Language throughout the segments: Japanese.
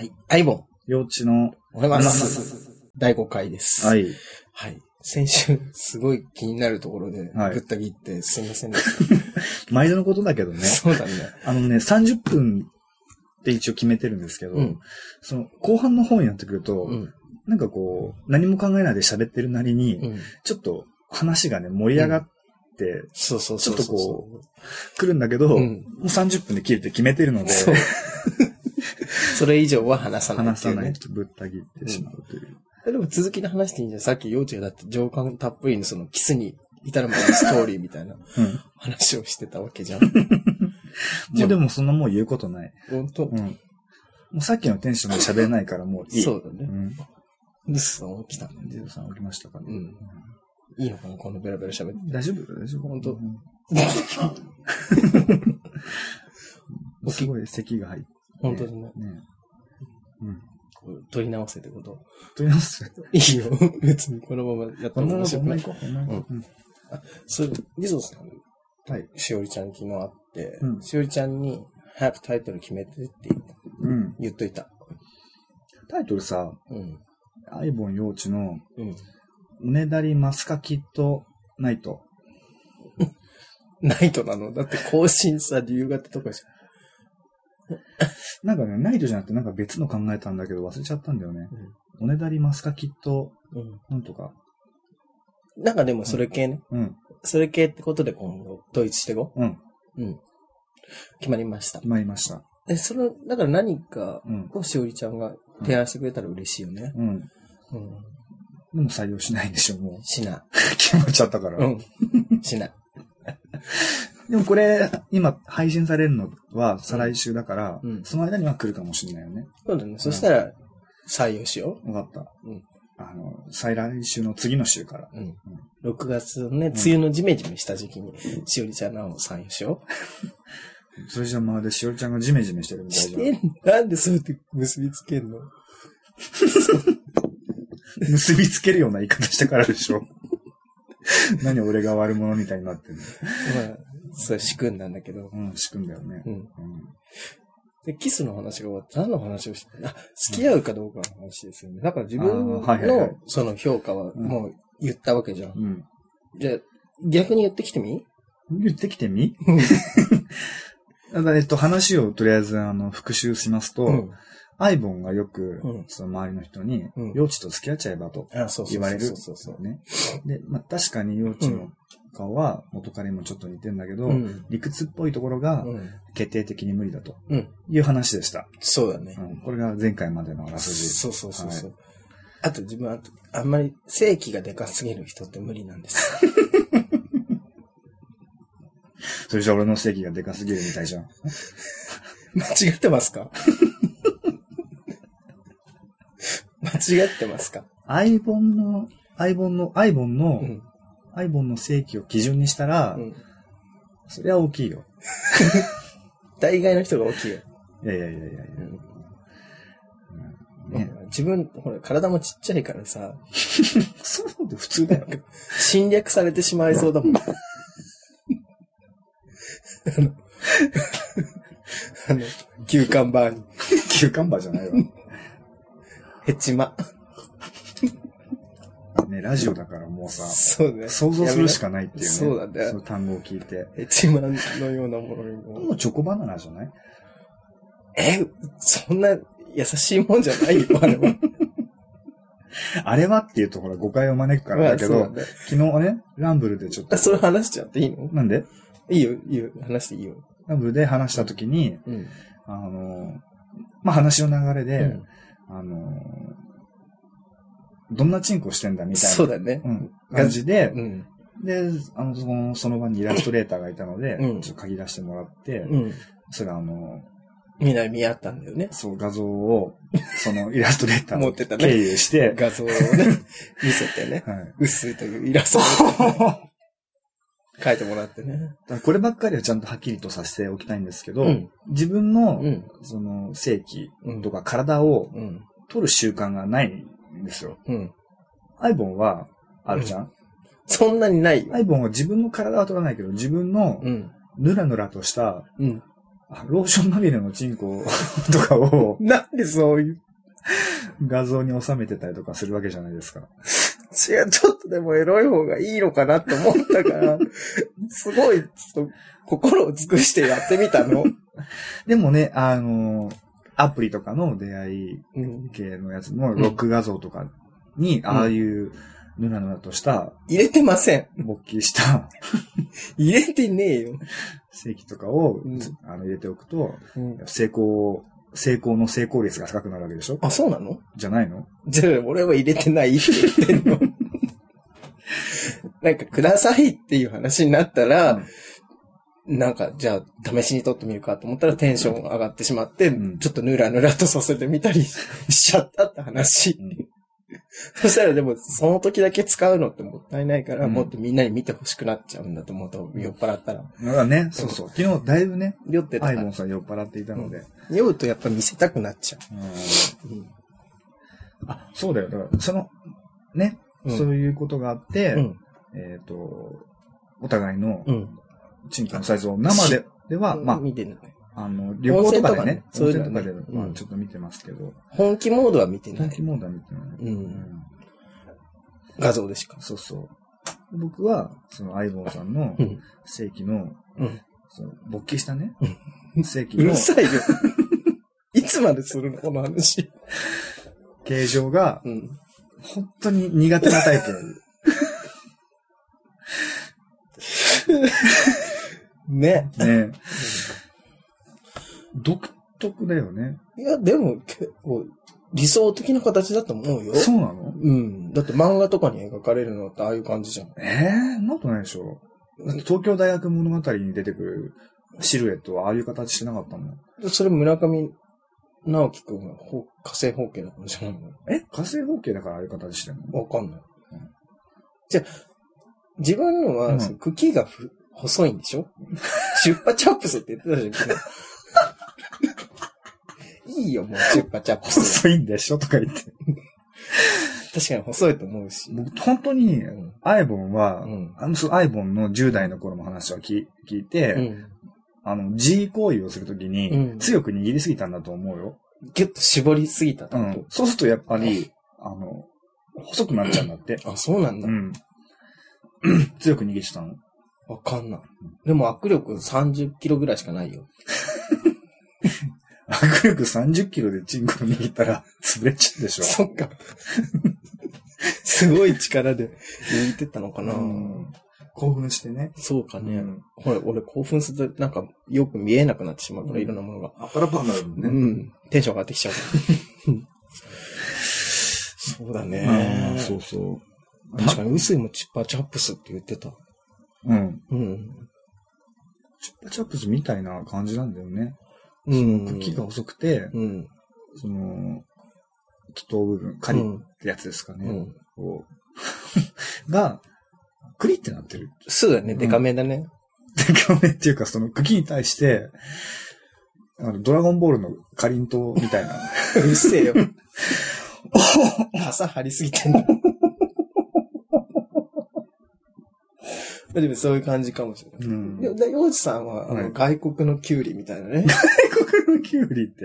はい。アイボン。 幼稚のおはようございます。第5回です。 はい。 はい。先週、すごい気になるところで、 はいぐった切ってすいませんでした。 毎度のことだけどね。 そうだね。 30分って一応決めてるんですけど、その後半の方になってくると、なんかこう、何も考えないで喋ってるなりに、ちょっと話がね、盛り上がって、ちょっとこう、来るんだけど、もう30分で切るって決めてるので、 それ以上は話さない、 話さないとぶった切ってしまうという。 でも続きで話していいんじゃん。さっき幼稚がだって情感たっぷりにそのキスに至るまでのストーリーみたいな話をしてたわけじゃん。 もうでもそんなもう言うことない。 本当？ もうさっきのテンションで喋れないからもういい。 そうだね。リスさん起きた。 リスさん起きましたかね。 いいのかなこのベラベラ喋って。 大丈夫大丈夫本当。 すごい咳が入って。 本当だね。取り直せってこと？ 取り直せいいよ。別にこのままやったら面白くない。それ、リゾさん、はい。しおりちゃん昨日会って、しおりちゃんに早くタイトル決めてって言っといた。 タイトルさ、アイボン幼稚の、うねだりマスカキットナイト。 ナイトなの？だって更新さ、理由がってとこでしょ。 なんかね、ナイトじゃなくてなんか別の考えたんだけど忘れちゃったんだよね。おねだりマスカキット、なんとか。 なんかでもそれ系ね。それ系ってことで今後、統一していこう。決まりました。 決まりました。 だから何かをしおりちゃんが提案してくれたら嬉しいよね。 でも採用しないでしょ、もう。 しない。 決まっちゃったから。 しない。 でもこれ、今配信されるのは再来週だから、その間には来るかもしれないよね。 そうだね。そしたら採用しよう。わかった。再来週の次の週から。 6月のね、梅雨のジメジメした時期に、しおりちゃんのを採用しよう。それじゃまるでしおりちゃんがジメジメしてるみたいじゃん。 なんでそうやって結びつけんの？ 結びつけるような言い方したからでしょ。何俺が悪者みたいになってるの。 まあ、それ仕組んだんだけど。 仕組んだよね。 で、キスの話が終わって何の話をして付き合うかどうかの話ですよね。だから自分のその評価はもう言ったわけじゃん。じゃあ、逆に言ってきてみ？ 言ってきてみ話をとりあえず復習しますと、アイボンがよく、その周りの人に、幼稚と付き合っちゃえばと言われる。で、まあ確かに幼稚の顔は元彼にもちょっと似てんだけど、理屈っぽいところが決定的に無理だという話でした。 そうだね。 これが前回までのあらすじ。 そう。あと自分は、あんまり正規がでかすぎる人って無理なんです。 それじゃ俺の正義がでかすぎるみたいじゃん。 間違ってますか？間違ってますか？ アイボンの正規を基準にしたら、そりゃ大きいよ。 大概の人が大きいよ。 いや。 自分、ほら、体もちっちゃいからさ。 そうで普通だよ。 侵略されてしまいそうだもん。休館バーに。 休館バーじゃないわ。 ヘチマ。 ね、ラジオだからもうさ、 そうね。 想像するしかないっていうね。 そうだね。 その単語を聞いて。 ヘチマのようなものにも。 もうチョコバナナじゃない？ そんな優しいもんじゃないよ、あれは。 あれはっていうとほら誤解を招くからだけど、昨日ね、ランブルでちょっと。 それ話しちゃっていいの？ なんで？ いいよ、話していいよ。 ランブルで話したときに、まあ、話の流れで、どんなチンコしてんだみたいな。 そうだね。 感じで、で、その場にイラストレーターがいたので、ちょっと書き出してもらって、それみんな見合ったんだよね。 そう、画像を、そのイラストレーター持ってたね。 経由して、 画像をね、見せてね。薄いというイラストを書いてもらってね。 こればっかりはちゃんとはっきりとさせておきたいんですけど、自分の、その、性器とか体を取る習慣がないんですよ。アイボンはあるじゃん？ そんなにないよ。 アイボンは自分の体は取らないけど、自分のぬらぬらとしたローションまみれのチンコとかを、 なんでそういう画像に収めてたりとかするわけじゃないですか。 違う、ちょっとでもエロい方がいいのかなって思ったから、すごい、ちょっと心を尽くしてやってみたの。 でもね、アプリとかの出会い系のやつのロック画像とかに、ああいうぬらぬらとした、 入れてません。 勃起した、 入れてねえよ。 正規とかを、入れておくと、成功の成功率が高くなるわけでしょ？ あ、そうなの？ じゃないの？ じゃあ、俺は入れてないって言ってんの。なんか、くださいっていう話になったら、なんか、じゃあ、試しに撮ってみるかと思ったらテンション上がってしまって、ちょっとヌラヌラとさせてみたりしちゃったって話。そしたらでも、その時だけ使うのってもったいないから、もっとみんなに見てほしくなっちゃうんだと思うと、酔っ払ったら。 だからね、そうそう。昨日だいぶね、 酔ってた。 アイボンさん酔っ払っていたので。 酔うとやっぱ見せたくなっちゃう。 あ、そうだよ。だから、ね、そういうことがあって、お互いの、チンコのサイズを生では、まあ、 見てない。 旅行とかでね、温泉とかで、まあ、ちょっと見てますけど。 本気モードは見てない。 本気モードは見てない。 画像でしか。 そうそう。僕は、そのアイボンさんの正規の、その勃起したね、正規の。 うるさいよ。いつまでするのこの話。 形状が、本当に苦手なタイプ。 ね。独特だよね。 いや、でも結構理想的な形だと思うよ。 そうなの？ だって漫画とかに描かれるのってああいう感じじゃん。 そんなことないでしょ。東京大学物語に出てくるシルエットはああいう形してなかったの？ それ村上直樹くんが火星方形だったんじゃないの？ 火星方形だからああいう形してんの？ わかんない。じゃあ、自分のは、茎が細いんでしょ？チュッパチャップスって言ってたじゃん、いいよ、もうチュッパチャップス。 細いんでしょとか言って。 確かに細いと思うし。 僕、本当に、アイボンは、アイボンの10代の頃の話を聞いて、G 行為をするときに、強く握りすぎたんだと思うよ。 ギュッと絞りすぎたってこと？ そうするとやっぱり、細くなっちゃうんだって。 あ、そうなんだ。 強く握ってたの？ わかんない。でも握力30キロぐらいしかないよ。 握力30キロでチンコ握ったら潰れちゃうでしょ。 そっか。すごい力で握ってたのかな。 興奮してね。 そうかね。ほら、俺興奮するとなんかよく見えなくなってしまうから、いろんなものが。 パラパラになるもんね。 テンション上がってきちゃう。そうだね。 そうそう。 確かに、薄いもチュッパチャップスって言ってた。 チュッパチャップスみたいな感じなんだよね。茎が細くて、その、気筒部分、カリってやつですかね。が、クリってなってる。 そうだね、デカめだね。 デカめっていうか、その茎に対して、ドラゴンボールのかりんとうみたいな。 うるせえよ。朝張りすぎてんの。でもそういう感じかもしれない。洋治さんは、外国のキュウリみたいなね。 外国のキュウリって。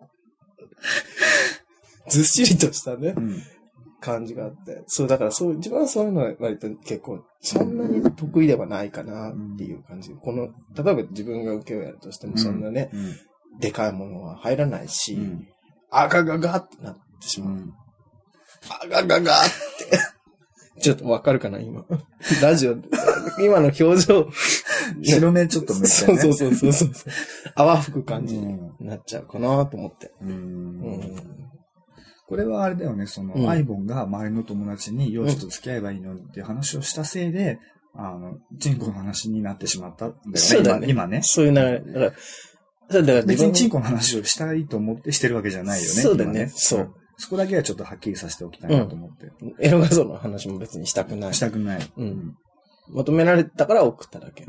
ずっしりとしたね、感じがあって。そう、だから自分はそういうのは割と結構、そんなに得意ではないかなっていう感じ。例えば自分が受けをやるとしても、そんなね、でかいものは入らないし、あがががってなってしまう。あがががって。ちょっとわかるかな今。ラジオ、今の表情。 白目ちょっと向いてね。 そう。泡吹く感じになっちゃうかなと思って。 これはあれだよね、アイボンが周りの友達に、幼児と付き合えばいいのっていう話をしたせいで、チンコの話になってしまったんだよね。 そうだね。 今ね。 そういう流れ。だから別にチンコの話をしたいと思ってしてるわけじゃないよね。 そうだね。そう。 そこだけはちょっとはっきりさせておきたいなと思って。 エロ画像の話も別にしたくない。 したくない。 求められたから送っただけ。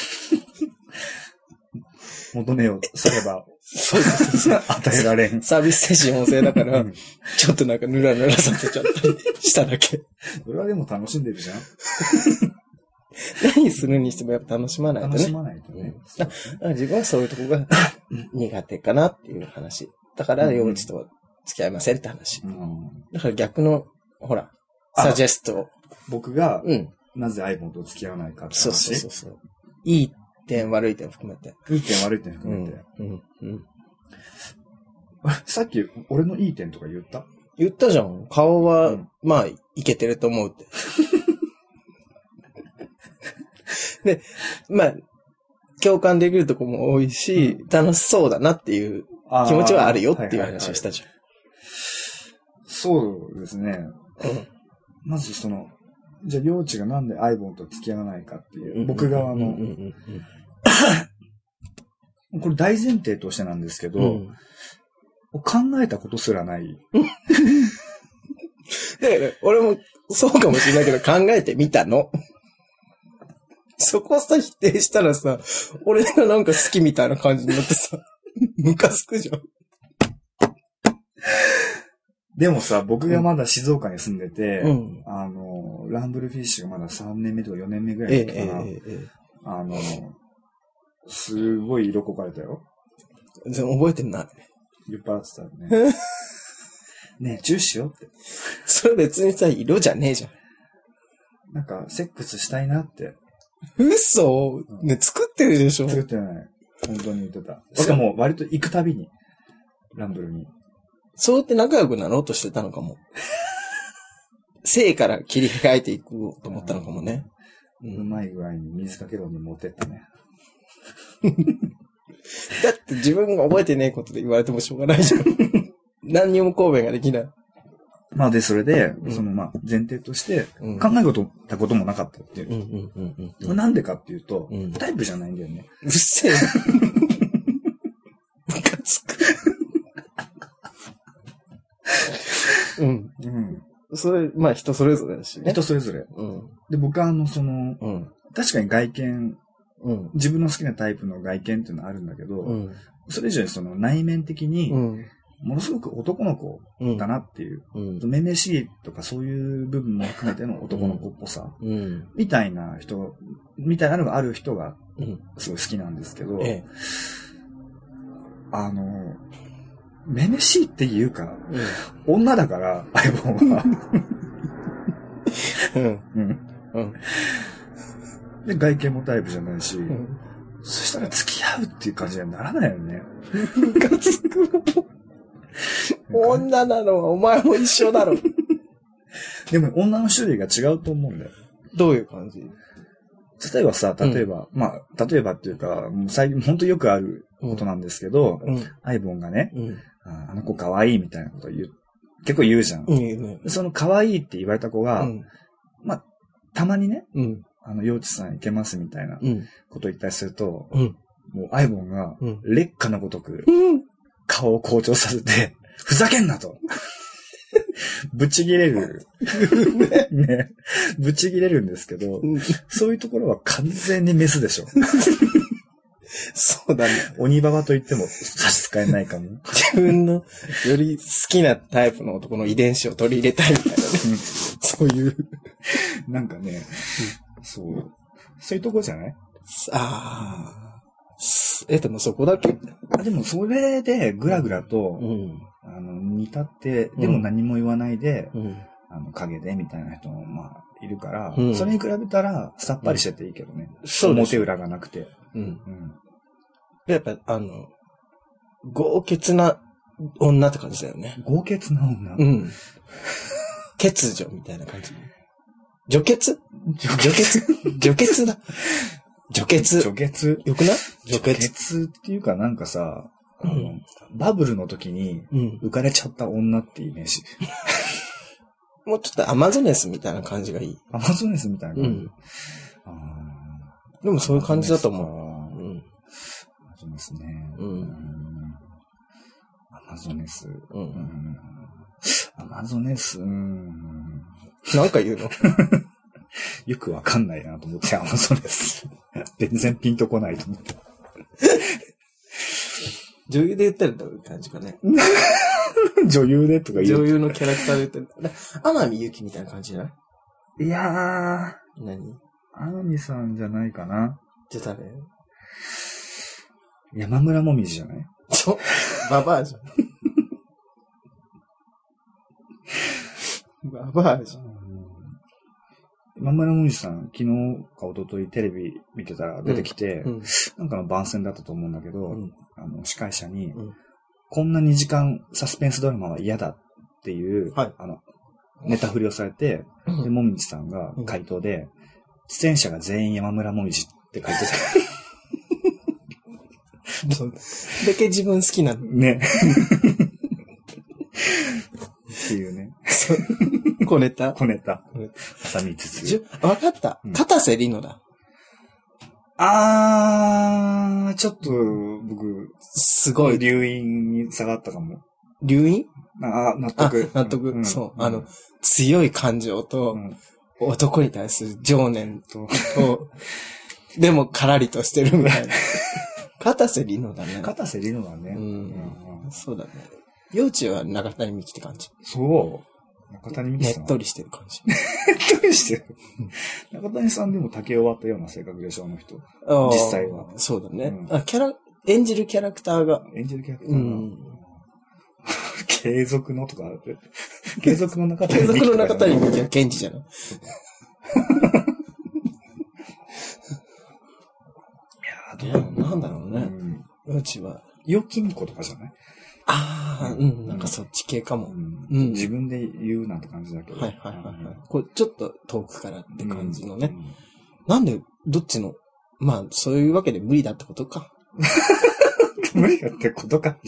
求めをされば。 そう。 与えられん。 サービス精神旺盛だから、ちょっとなんかヌラヌラさせちゃったりしただけ。 それはでも楽しんでるじゃん。 何するにしてもやっぱ楽しまないとね。 楽しまないとね。 だから自分はそういうとこが苦手かなっていう話。だから、幼稚と付き合いませんって話。だから逆の、ほら、サジェスト。 僕が、なぜアイボンと付き合わないかって話。 そう。いい点、悪い点含めて。 いい点、悪い点含めて。さっき、俺のいい点とか言ったじゃん。顔は、まあ、いけてると思うって。で、まあ、共感できるとこも多いし、楽しそうだなっていう気持ちはあるよっていう話をしたじゃん。 そうですね。まずじゃあ、幼稚がなんでアイボンと付き合わないかっていう、僕側の、これ大前提としてなんですけど、考えたことすらない。 で、俺もそうかもしれないけど考えてみたの。そこさ否定したらさ、俺がなんか好きみたいな感じになってさ、ムカつくじゃん。 でもさ、僕がまだ静岡に住んでて、ランブルフィッシュがまだ3年目とか4年目ぐらいだったかな。すごい色こかれたよ。 全然覚えてない。 酔っ払ってたよね。ねえ、チューしようって。 それ別にさ、色じゃねえじゃん。 なんか、セックスしたいなって。 嘘ね、作ってるでしょ。 作ってない。本当に言ってた。しかも、割と行くたびに、ランブルに。 そうやって仲良くなろうとしてたのかも。生から切り替えていこうと思ったのかもね。 うまい具合に水かけろに持ってったね。 だって自分が覚えてねえことで言われてもしょうがないじゃん。何にも抗弁ができない。 まあで、それで、前提として、考えたこともなかったっていう。なんでかっていうと、タイプじゃないんだよね。 うっせえ。ムカつく。それ、まあ人それぞれだしね。 人それぞれ。で、僕は確かに外見、自分の好きなタイプの外見っていうのはあるんだけど、それ以上に内面的に、ものすごく男の子だなっていう、めめしいとかそういう部分も含めての男の子っぽさ、みたいなのがある人が、すごい好きなんですけど、めめしいっていうか、女だから、相棒は。で、外見もタイプじゃないし、そしたら付き合うっていう感じにはならないよね。 ムカつく。女なのはお前も一緒だろ。 でも女の種類が違うと思うんだよ。 どういう感じ？ 例えば例えばっていうか、最近本当よくあることなんですけど、アイボンがね、あの子可愛いみたいなこと結構言うじゃん。その可愛いって言われた子が、たまにね、幼稚さんいけますみたいなことを言ったりすると、もうアイボンが劣化のごとく顔を紅潮させて、ふざけんなとぶち切れる。ね。ぶち切れるんですけど、そういうところは完全にメスでしょ。 そうだね。 鬼ババと言っても差し支えないかも。 自分のより好きなタイプの男の遺伝子を取り入れたいみたいなね。そういう。 なんかね、そういうとこじゃない？ でもそこだけ。 でもそれでぐらぐらと、煮立って、でも何も言わないで、影でみたいな人もいるから、それに比べたらさっぱりしてていいけどね。表裏がなくて。 やっぱ豪傑な女って感じだよね。 豪傑な女？ 欠如みたいな感じ。除血だ。除血。よくない？ 除血っていうかなんかさ、バブルの時に浮かれちゃった女ってイメージ。 もうちょっとアマゾネスみたいな感じがいい。 アマゾネスみたいな感じ。 でもそういう感じだと思う。 アマゾネスね。アマゾネス。アマゾネス。 なんか言うの？ よくわかんないなと思って、アマゾネス。全然ピンとこないと思って。 女優で言ったらどういう感じかね。 女優でとか言う。女優のキャラクターで言ったら。天海祐希みたいな感じじゃない？ いやー。 何？ 天海さんじゃないかな。 じゃ誰？ 山村もみじじゃない？ ババアじゃん。ババアじゃん。 山村もみじさん、昨日か一昨日テレビ見てたら出てきて、なんかの番宣だったと思うんだけど、司会者に、こんな2時間サスペンスドラマは嫌だっていう、ネタ振りをされて、で、もみじさんが回答で、出演者が全員山村もみじって書いてた。だけ自分好きなの。 ね。っていうね。 小ネタ。 挟みつつ。 わかった。片瀬里乃だ。 ちょっと、僕、 すごい。 留飲に下がったかも。 留飲？ 納得。 納得。そう。強い感情と、男に対する情念と、でも、からりとしてるみたいな。片瀬里乃だね。 片瀬里乃だね。 そうだね。幼稚は中谷美紀って感じ。 そう。中谷美紀さん。 ねっとりしてる感じ。 ねっとりしてる。中谷さんでも竹終わったような性格でしょ、あの人。実際は。 そうだね。演じるキャラクターが。 継続のとかある。継続の中谷美紀。継続の中谷美紀は検事じゃない。いやなんだろうね。うちは。 預金庫とかじゃない？ なんかそっち系かも。 自分で言うなんて感じだけど。 これちょっと遠くからって感じのね。なんで、どっちの、まあ、そういうわけで無理だってことか。 無理だってことか。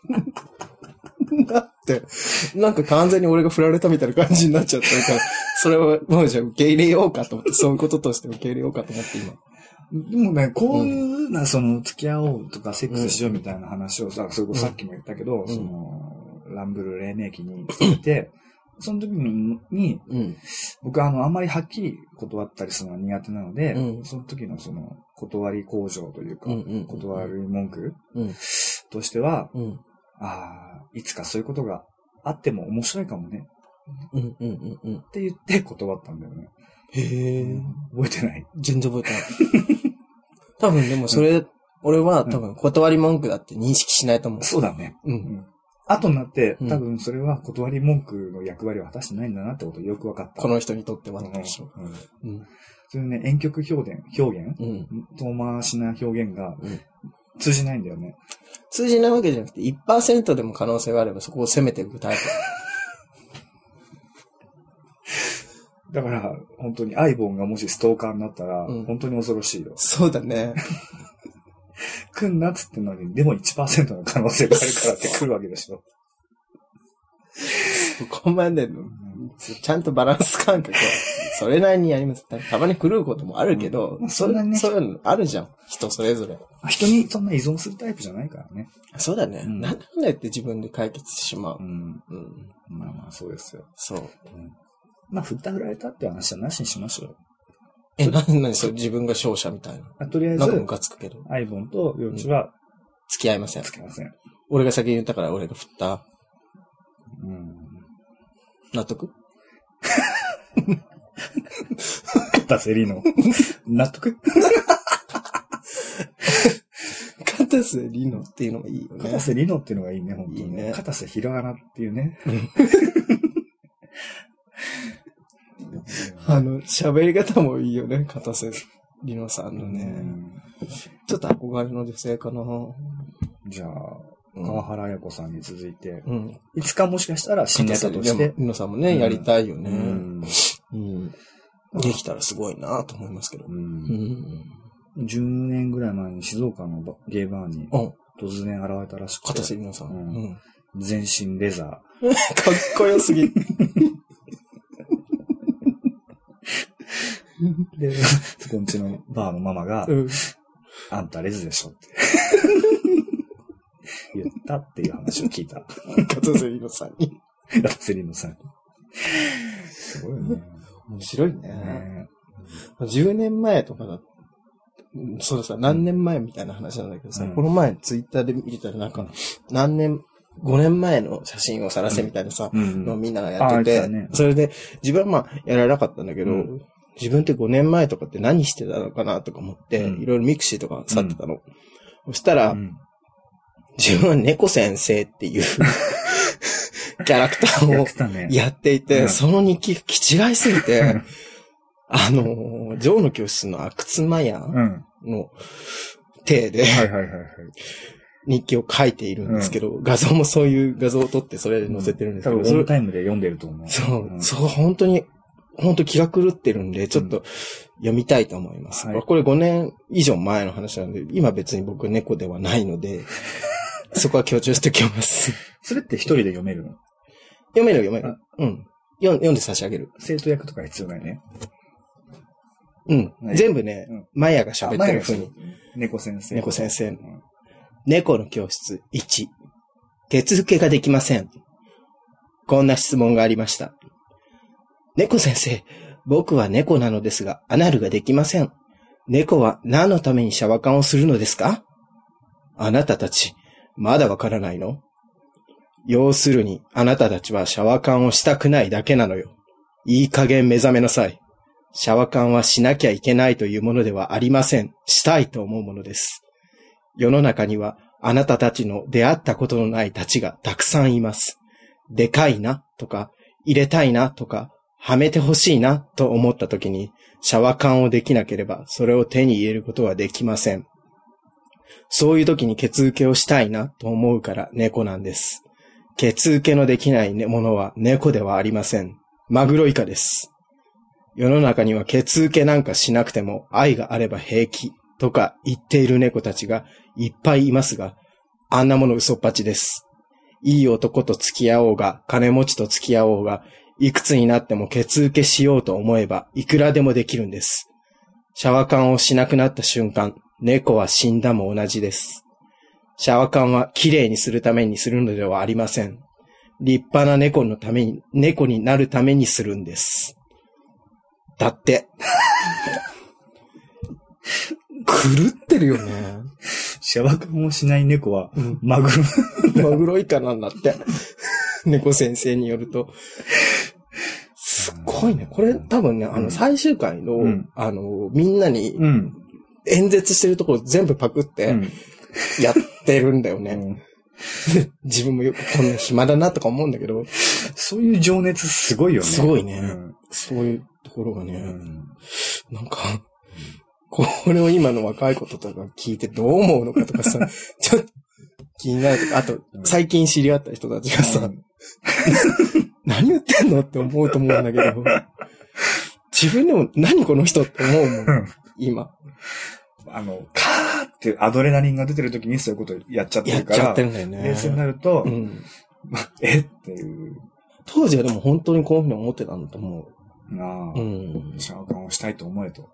だって、なんか完全に俺が振られたみたいな感じになっちゃってるから、それはもうじゃあ受け入れようかと思って、そういうこととして受け入れようかと思って今。 でもね、こういうな、付き合おうとかセックスしようみたいな話をさ、それこそさっきも言ったけど、ランブル黎明期に聞いて、その時に、僕あんまりはっきり断ったりするのは苦手なので、その時の断り口上というか、断り文句としては、いつかそういうことがあっても面白いかもね。って言って断ったんだよね。 へえ。 覚えてない？ 全然覚えてない。多分でもそれ、俺は多分断り文句だって認識しないと思う。 そうだね。後になって、多分それは断り文句の役割を果たしてないんだなってことがよく分かった。 この人にとってはでしょ。 そういうね、婉曲表現、遠回しな表現が通じないんだよね。 通じないわけじゃなくて、1% でも可能性があればそこを攻めていくタイプ。 だから、本当にアイボンがもしストーカーになったら、本当に恐ろしいよ。 そうだね。 来んなっつってんのに、でも 1% の可能性があるからって来るわけでしょ。 そこまでの、ちゃんとバランス感覚は、それなりにやります。たまに狂うこともあるけど、そういうのあるじゃん。人それぞれ。 人にそんな依存するタイプじゃないからね。 そうだね。なんだって自分で解決してしまう。 まあ、そうですよ。 そう。 まあ、振られたって話はなしにしましょう。 何それ自分が勝者みたいな。 とりあえず、 なんかムカつくけど。 アイボンと幼稚は、 付き合いません。 付き合いません。 俺が先に言ったから俺が振った。納得？ 片瀬里乃。納得？ 片瀬里乃っていうのがいいよね。 片瀬里乃っていうのがいいね、本当にね。片瀬広穴っていうね。 喋り方もいいよね、片瀬里乃さんのね。ちょっと憧れの女性かな。 じゃあ、川原綾子さんに続いて、いつかもしかしたら新ネタとして。 里乃さんもね、やりたいよね。できたらすごいなと思いますけど。 10年ぐらい前に静岡のゲイバーに突然現れたらしくて。 片瀬里乃さん。 全身レザー。かっこよすぎ。 で、そこんちのバーのママが、あんたレズでしょって言ったっていう話を聞いた。 片瀬里乃さんに。 片瀬里乃さんに。すごいね。 面白いね。10年前とかだ。そうさ、何年前みたいな話なんだけどさ、この前ツイッターで見てたらなんか、5年前の写真を晒せみたいなさ、のみんながやってて、それで自分はまあやらなかったんだけど、 自分って5年前とかって何してたのかなとか思って、いろいろミクシーとか去ってたの。そしたら、自分は猫先生っていうキャラクターをやっていて、その日記気違いすぎて、ジョーの教室の阿久津麻也の体で、日記を書いているんですけど、画像もそういう画像を撮ってそれで載せてるんですけど、 多分オンタイムで読んでると思う。 そう、本当気が狂ってるんで、ちょっと読みたいと思います。これ5年以上前の話なんで、今別に僕猫ではないので、そこは強調しておきます。 それって一人で読めるの？ 読める。うん。読んで差し上げる。 生徒役とか必要ないね。 うん。全部ね、マヤが喋ってる風に。 猫先生。 猫の教室1。血付けができません。こんな質問がありました。猫先生、僕は猫なのですが、アナルができません。猫は何のためにシャワカンをするのですか？あなたたち、まだわからないの？要するに、あなたたちはシャワカンをしたくないだけなのよ。いい加減目覚めなさい。シャワカンはしなきゃいけないというものではありません。したいと思うものです。世の中には、あなたたちの出会ったことのないたちがたくさんいます。でかいな、とか、入れたいな、とか、はめてほしいな、と思ったときに、シャワカンをできなければ、それを手に入れることはできません。そういうときに血受けをしたいな、と思うから猫なんです。血受けのできないものは猫ではありません。マグロイカです。世の中には血受けなんかしなくても愛があれば平気とか言っている猫たちがいっぱいいますが、あんなもの嘘っぱちです。いい男と付き合おうが、金持ちと付き合おうが、いくつになっても血受けしようと思えばいくらでもできるんです。シャワカンをしなくなった瞬間、猫は死んだも同じです。シャワカンはきれいにするためにするのではありません。立派な猫のために、猫になるためにするんです。だって。狂ってるよね。 シャワカンをしない猫は、マグロイカなんだって。猫先生によると。すっごいね。これ多分ね、最終回の、みんなに、演説してるところ全部パクって、やってるんだよね。自分もよくこんな暇だなとか思うんだけど。 そういう情熱すごいよね。 すごいね。そういうところがね。なんか、これを今の若い子とか聞いてどう思うのかとかさ、ちょっと気になるとか、あと、最近知り合った人たちがさ、何言ってんのって思うと思うんだけど、自分でも何この人って思うもん、今。 カーってアドレナリンが出てる時にそういうことやっちゃってるから。 やっちゃってるんだよね。 冷静になると、っていう。 当時はでも本当にこういうふうに思ってたんだと思う。 シャワカンをしたいと思えと。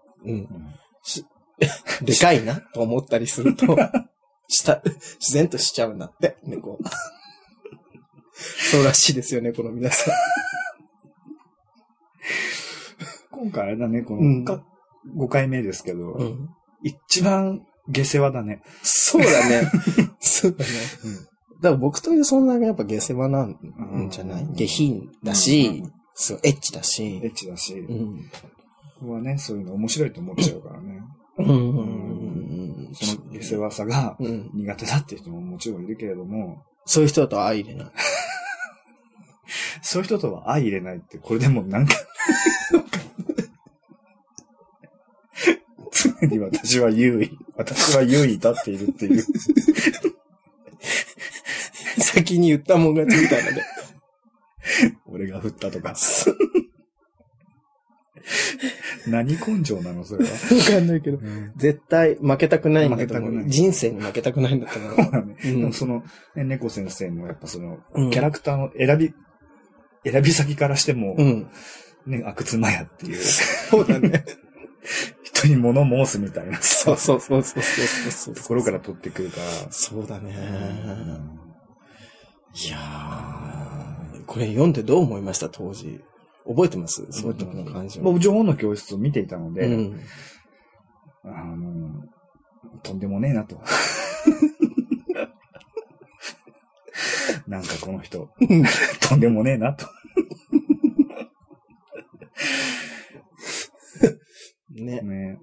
でかいなと思ったりすると、自然としちゃうんだって、猫。そうらしいですよね、この皆さん。 今回あれだね、この、5回目ですけど、一番下世話だね。 そうだね。そうだね。だから僕という存在がやっぱ下世話なんじゃない？下品だし、そう、エッチだし。 僕はね、そういうの面白いと思っちゃうからね。その下世話さが苦手だっていう人ももちろんいるけれども。 そういう人とは相入れない。 そういう人とは相入れないって、これでもなんか常に私は優位だっているっていう。 先に言ったもん勝ちみたいなね。 俺が振ったとか。何根性なのそれは。わかんないけど、絶対負けたくないんだと思う。人生に負けたくないんだと思う。 でもその、猫先生のやっぱその、キャラクターの選び先からしても、阿久津麻也っていう。 そうだね。 人に物申すみたいな。 そう。ところから取ってくるから。 そうだね。いやー、これ読んでどう思いました当時。覚えてます？そういう時の感じは。 僕、情報の教室を見ていたので、とんでもねえなと。なんかこの人、とんでもねえなと。 ね。 ね。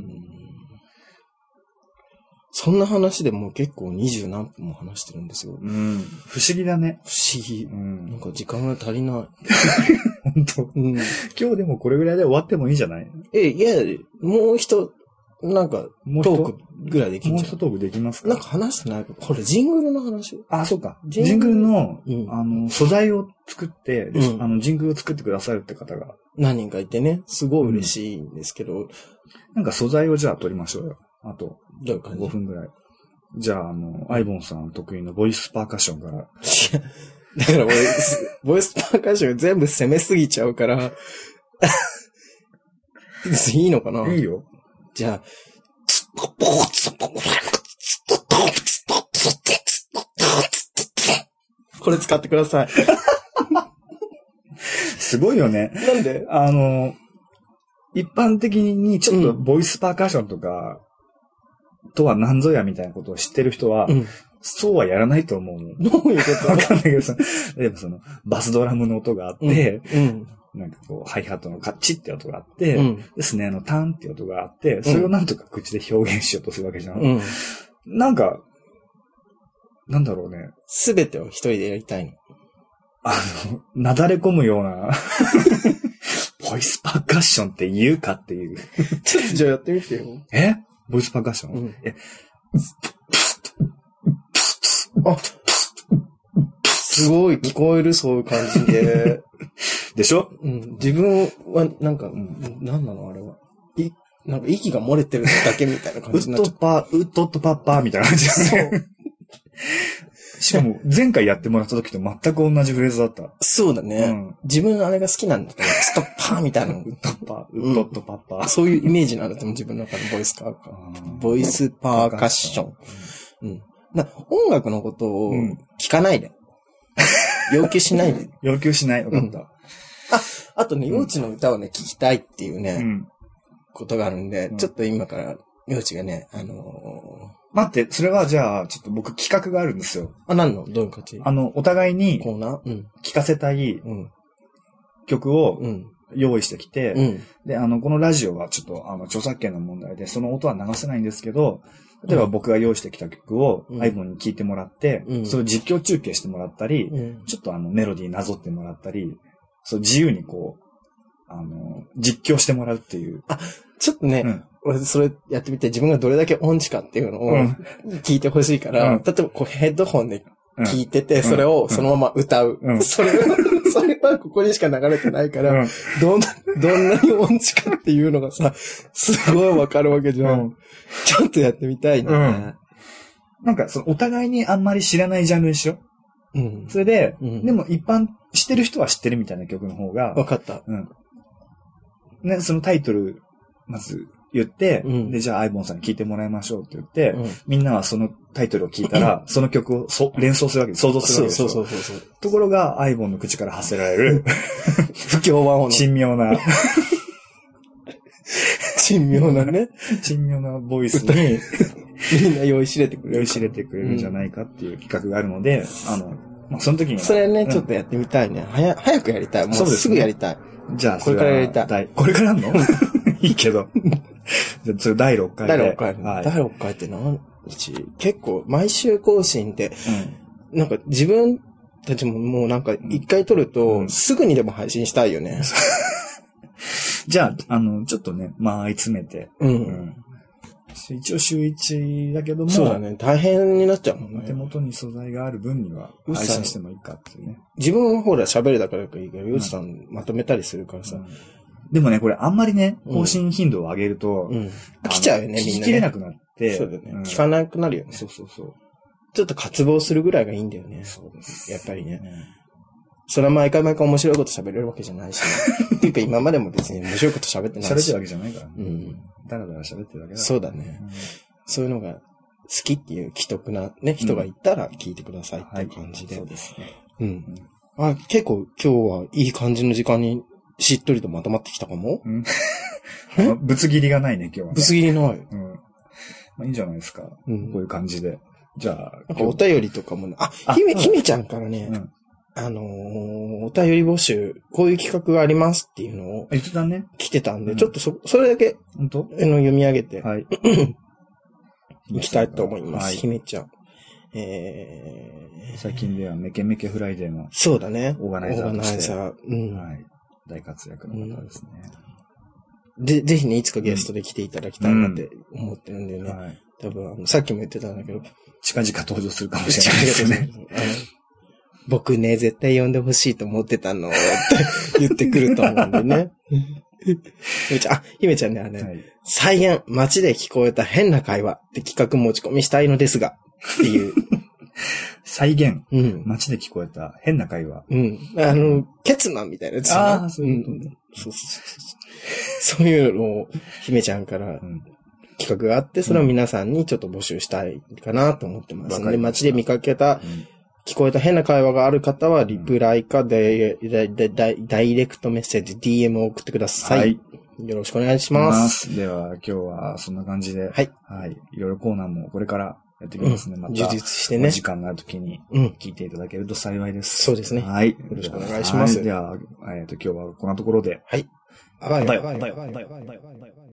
そんな話でもう結構20何分も話してるんですよ。 不思議だね。 不思議。なんか時間が足りない。 本当。今日でもこれぐらいで終わってもいいじゃない？ いや、もうなんか、トークぐらいできる。 もう一トークできますか？ なんか話してないか。これジングルの話？ そうか。ジングルの、素材を作って、ジングルを作ってくださるって方が。 何人かいてね、すごい嬉しいんですけど。 なんか素材をじゃあ取りましょうよ。あと、 どういう感じ？ 5 分ぐらい。じゃあ、アイボンさん得意のボイスパーカッションから。 だからボイスパーカッション全部攻めすぎちゃうから、いいのかな？ いいよ。 じゃあ、これ使ってください。 すごいよね。 なんで？ 一般的にちょっとボイスパーカッションとか、とは何ぞやみたいなことを知ってる人は、そうはやらないと思う。 どういうこと？ わかんないけどさ、例えばバスドラムの音があって、なんかこう、ハイハットのカッチって音があって、でスネアのタンって音があって、それをなんとか口で表現しようとするわけじゃん。なんか、なんだろうね。 すべてを一人でやりたいの。 なだれ込むような、ボイスパーカッションって言うかっていう。 ちょっとじゃあやってみてよ。 ボイスパーカッション？ すごい聞こえる、そういう感じで。 でしょ？ 自分は、なんか、なんなのあれは。なんか息が漏れてるだけみたいな感じになっちゃう。 ウッドットパッパーみたいな感じですね。しかも、前回やってもらった時と全く同じフレーズだった。 そうだね。自分あれが好きなんだと思う。ストッパーみたいな。ウッドットパッパー。そういうイメージなんだと思う。自分の中のボイスパーカッション。音楽のことを聞かないで。要求しないで。 要求しない。わかった。 あとね、幼稚の歌をね、聞きたいっていうね、ことがあるんで、ちょっと今から、幼稚がね、 待って、それはじゃあ、ちょっと僕企画があるんですよ。 何の？どういう感じ？ お互いに、 コーナー？ 聴かせたい曲を用意してきて、で、このラジオはちょっと、著作権の問題で、その音は流せないんですけど、例えば僕が用意してきた曲を iPhone に聴いてもらって、それを実況中継してもらったり、ちょっとメロディーなぞってもらったり、そう自由にこう、実況してもらうっていう。 ちょっとね、俺それやってみて自分がどれだけ音痴かっていうのを聞いてほしいから、例えばこうヘッドホンで聞いてて、それをそのまま歌う。それはここにしか流れてないから、どんなに音痴かっていうのがさ、すごいわかるわけじゃん。ちょっとやってみたいね。 なんか、お互いにあんまり知らないジャンルにしよう。それで、でも一般知ってる人は知ってるみたいな曲の方が。 わかった。 ね、そのタイトル、まず言って、で、じゃあアイボンさんに聞いてもらいましょうって言って、みんなはそのタイトルを聞いたら、その曲を連想するわけで、想像するわけですよ。そう。ところが、アイボンの口から発せられる、 不協和音の。 珍妙なね。 珍妙なボイスに、 みんな酔いしれてくれる。 酔いしれてくれるんじゃないかっていう企画があるので、その時に。 それね、ちょっとやってみたいね。早くやりたい。もうすぐやりたい。 じゃあ、 これからやりたい。 これからやんのいいけど。じゃあ、それ第6回で。 第6回って何日？結構、毎週更新って、なんか自分たちももうなんか一回撮ると、すぐにでも配信したいよね。 じゃあ、ちょっとね、追い詰めて。一応週1だけども。 そうだね。大変になっちゃうもんね。 手元に素材がある分には配信してもいいかっていうね。 自分はほら喋るだからいいけど、ヨウチさんまとめたりするからさ。 でもね、これあんまりね、更新頻度を上げると、 来ちゃうよね、みんな。 聞ききれなくなって。 そうだよね。聞かなくなるよね。 そう。 ちょっと渇望するぐらいがいいんだよね。そうです。やっぱりね。それは毎回面白いこと喋れるわけじゃないし。っていうか今までも別に面白いこと喋ってないし。 喋ってるわけじゃないから。だらだら喋ってるだけだ。 そうだね。そういうのが好きっていう既得なね、人がいたら聞いてくださいっていう感じで。 そうですね。 結構今日はいい感じの時間にしっとりとまとまってきたかも。 ぶつ切りがないね、今日は。 ぶつ切りない。 いいんじゃないですか。こういう感じで。じゃあ。 なんかお便りとかもね。姫ちゃんからね、 お便り募集、こういう企画がありますっていうのを。 言ってたね。 来てたんで、ちょっとそれだけ、 本当？ 読み上げて。 はい。 いきたいと思います。姫ちゃん。 最近ではメケメケフライデーの。 そうだね。 オーガナイザーとして。 はい。 大活躍の方ですね。 ぜひね、いつかゲストで来ていただきたいなって思ってるんでね。はい。多分、さっきも言ってたんだけど。 近々登場するかもしれないですね。 僕ね、絶対呼んでほしいと思ってたのって言ってくると思うんでね。姫ちゃんね、再現、街で聞こえた変な会話って企画持ち込みしたいのですが、っていう。 再現、街で聞こえた変な会話。 ケツマンみたいなやつ。 そういうこと。 そういうのを、姫ちゃんから企画があって、それを皆さんにちょっと募集したいかなと思ってますので、街で見かけた、聞こえた変な会話がある方は、リプライかダイレクトメッセージ、DM を送ってください。はい。よろしくお願いします。 では、今日はそんな感じで。 はい。 はい。いろいろコーナーもこれからやっていきますね。また。 充実してね。 時間があるときに聞いていただけると幸いです。 そうですね。 はい。よろしくお願いします。 では、今日はこんなところで。 はい。